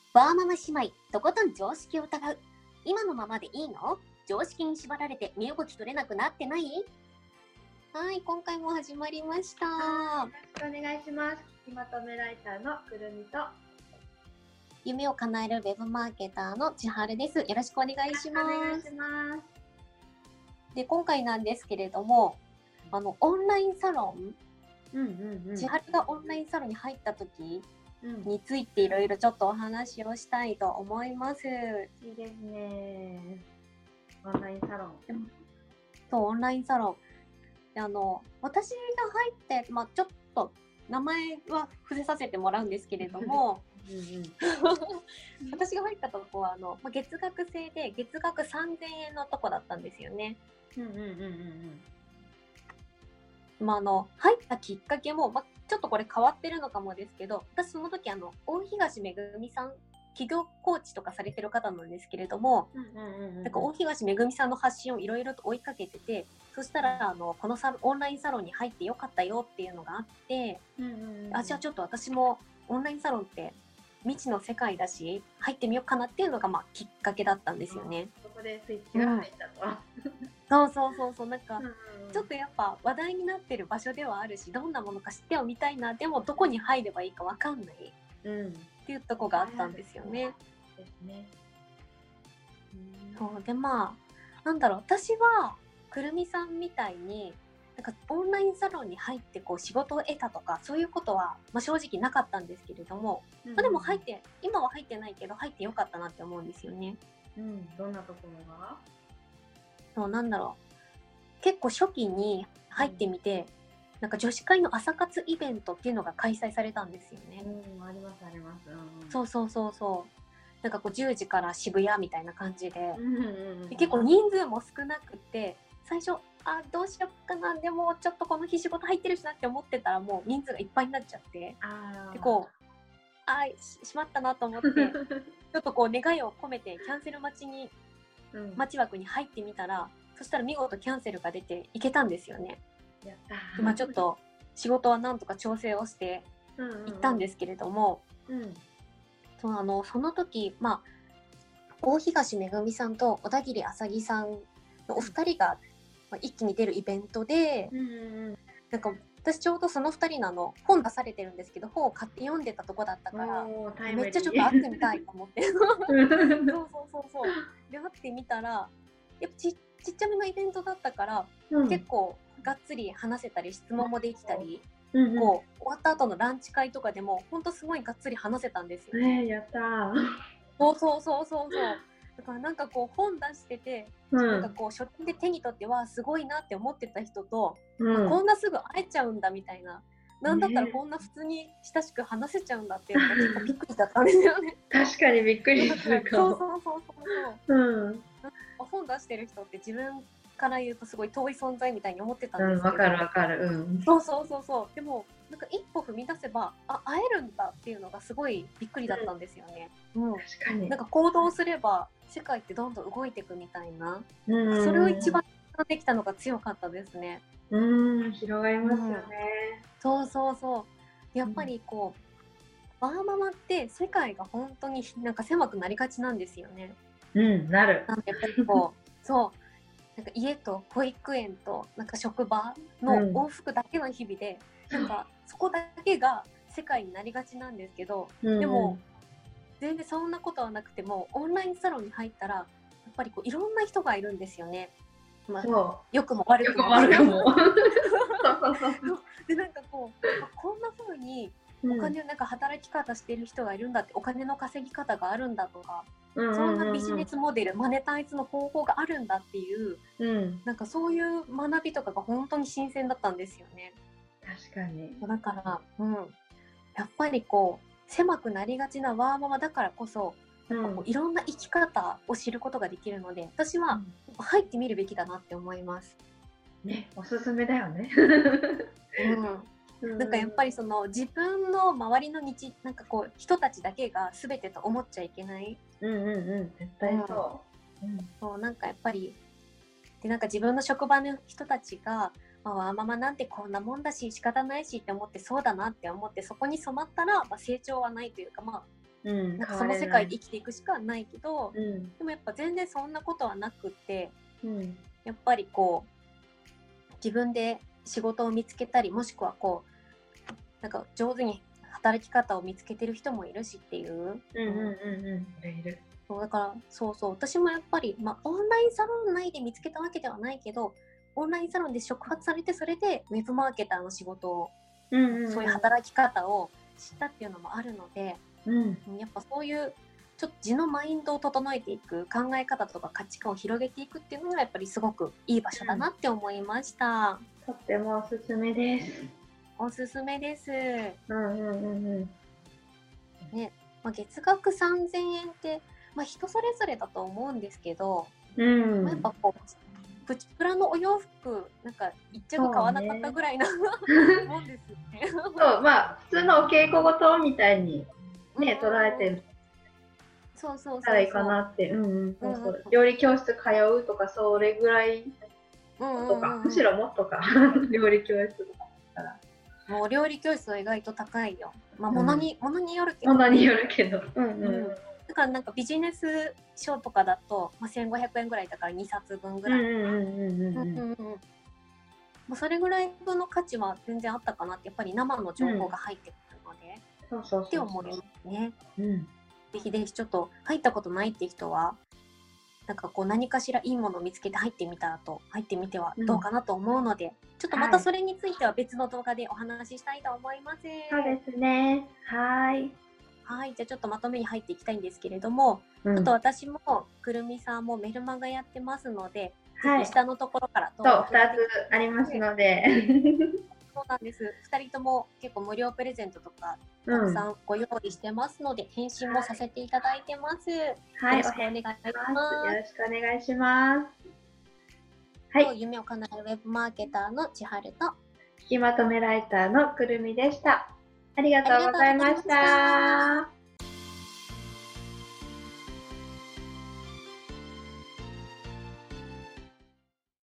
ワーママ姉妹、とことん常識を疑う。今のままでいいの？常識に縛られて身動き取れなくなってない？はい、今回も始まりました。 よろしくお願いします。ひまとめライターのくるみと夢を叶えるウェブマーケターの千春です。よろしくお願いします。 お願いします。 で、今回なんですけれども、オンラインサロン、千春がオンラインサロンに入った時についていろいろちょっとお話をしたいと思います。 いいですね。オンラインサロン。 そう、オンラインサロン。で私が入って、ちょっと名前は伏せさせてもらうんですけれども、私が入ったとこは月額制で月額3000円のとこだったんですよね。入ったきっかけも、ちょっとこれ変わってるのかもですけど、私その時大東めぐみさん、企業コーチとかされてる方なんですけれども、なんか大東めぐみさんの発信をいろいろと追いかけてて、そしたらこのオンラインサロンに入ってよかったよっていうのがあって、じゃあちょっと私もオンラインサロンって未知の世界だし入ってみようかなっていうのがきっかけだったんですよね。 そこでスイッチが入ったと。 そうなんかちょっとやっぱ話題になってる場所ではあるし、どんなものか知ってはみたいな、でもどこに入ればいいか分かんないっていうとこがあったんですよね。そうで私はくるみさんみたいになんかオンラインサロンに入って仕事を得たとかそういうことは、正直なかったんですけれども、でも今は入ってないけど入ってよかったなって思うんですよね。 どんなところが？ そう結構初期に入ってみて、なんか女子会の朝活イベントっていうのが開催されたんですよね。 ありますあります。 そうなんか10時から渋谷みたいな感じで、結構人数も少なくて、最初どうしようかな、でもちょっとこの日仕事入ってるしなって思ってたらもう人数がいっぱいになっちゃって、でしまったなと思ってちょっと願いを込めてキャンセル待ち枠に入ってみたら、そしたら見事キャンセルが出て行けたんですよね。 やったちょっと仕事はなんとか調整をして行ったんですけれども、その時、大東めぐみさんと小田切あさぎさんのお二人が一気に出るイベントで、なんか私ちょうどその二人の本出されてるんですけど、本を買って読んでたとこだったからめっちゃちょっと会ってみたいと思ってそうで会ってみたら、やっぱちっちゃめのイベントだったから、結構がっつり話せたり質問もできたり、終わった後のランチ会とかでも本当すごいがっつり話せたんですよね。 やったそうだからなんか本出してて、なんか書店で手に取ってすごいなって思ってた人と、こんなすぐ会えちゃうんだみたいな、なんだったらこんな普通に親しく話せちゃうんだっていうのが結構びっくりだったんですよね。 確かにびっくりするかも。 本出してる人って自分から言うとすごい遠い存在みたいに思ってたんですけど、 わかる。 そうでもなんか一歩踏み出せば会えるんだっていうのがすごいびっくりだったんですよね。 確かになんか行動すれば世界ってどんどん動いていくみたいな、それを一番できたのが強かったですね。 広がりますよね。 そうやっぱりワーママって世界が本当になんか狭くなりがちなんですよね。 なる。 なんでやっぱりなんか家と保育園となんか職場の往復だけの日々で、なんかそこだけが世界になりがちなんですけど、でも全然そんなことはなくても、オンラインサロンに入ったらやっぱりいろんな人がいるんですよね。良くも悪くもでなんかこんな風にお金をなんか働き方してる人がいるんだって、お金の稼ぎ方があるんだとか、そんなビジネスモデル、マネタイズの方法があるんだっていう、なんかそういう学びとかが本当に新鮮だったんですよね。 確かに。 だから、やっぱり狭くなりがちなワーママだからこそ、いろんな生き方を知ることができるので、私は入ってみるべきだなって思います。 ね、おすすめだよね。 なんかやっぱり自分の周りのなんか人たちだけが全てと思っちゃいけない。 絶対そうなんかやっぱりで、なんか自分の職場の人たちがワーママなんてこんなもんだし仕方ないしって思って、そうだなって思ってそこに染まったら、成長はないというか、 なんかその世界で生きていくしかないけど、でもやっぱ全然そんなことはなくって、やっぱりこう自分で仕事を見つけたり、もしくはこうなんか上手に働き方を見つけてる人もいるしっていう。だからそう私もやっぱり、オンラインサロン内で見つけたわけではないけど、オンラインサロンで触発されて、それでウェブマーケターの仕事を、そういう働き方を知ったっていうのもあるので、やっぱそういうちょっと自のマインドを整えていく、考え方とか価値観を広げていくっていうのがやっぱりすごくいい場所だなって思いました。 とってもおすすめです。 おすすめです。ね、月額3000円って、人それぞれだと思うんですけど、やっぱこうプチプラのお洋服なんか一着買わなかったぐらいなもんですよね。 そう、普通のお稽古事みたいにね、捉えてたらいいかなって。料理教室通うとかそれぐらいとか、むしろもっとか料理教室とかだったら。 もう料理教室は意外と高いよ。物によるけど。だからなんかビジネス書とかだと、1500円ぐらいだから2冊分ぐらい。それぐらい分の価値は全然あったかなって、やっぱり生の情報が入ってくるので、って思いますね。ぜひぜひちょっと入ったことないって人は、なんかこう何かしらいいものを見つけて入ってみてはどうかなと思うので、ちょっとまたそれについては別の動画でお話ししたいと思います。 そうですね。はい、 じゃあちょっとまとめに入っていきたいんですけれども、ちょっと私もくるみさんもメルマガやってますので、ぜひ下のところから 2つありますのでそうなんです。2人とも結構無料プレゼントとかたくさんご用意してますので、返信もさせていただいてます。よろしくお願いします。 よろしくお願いします。 夢を叶えるウェブマーケターの千春と引きまとめライターのくるみでした。ありがとうございました。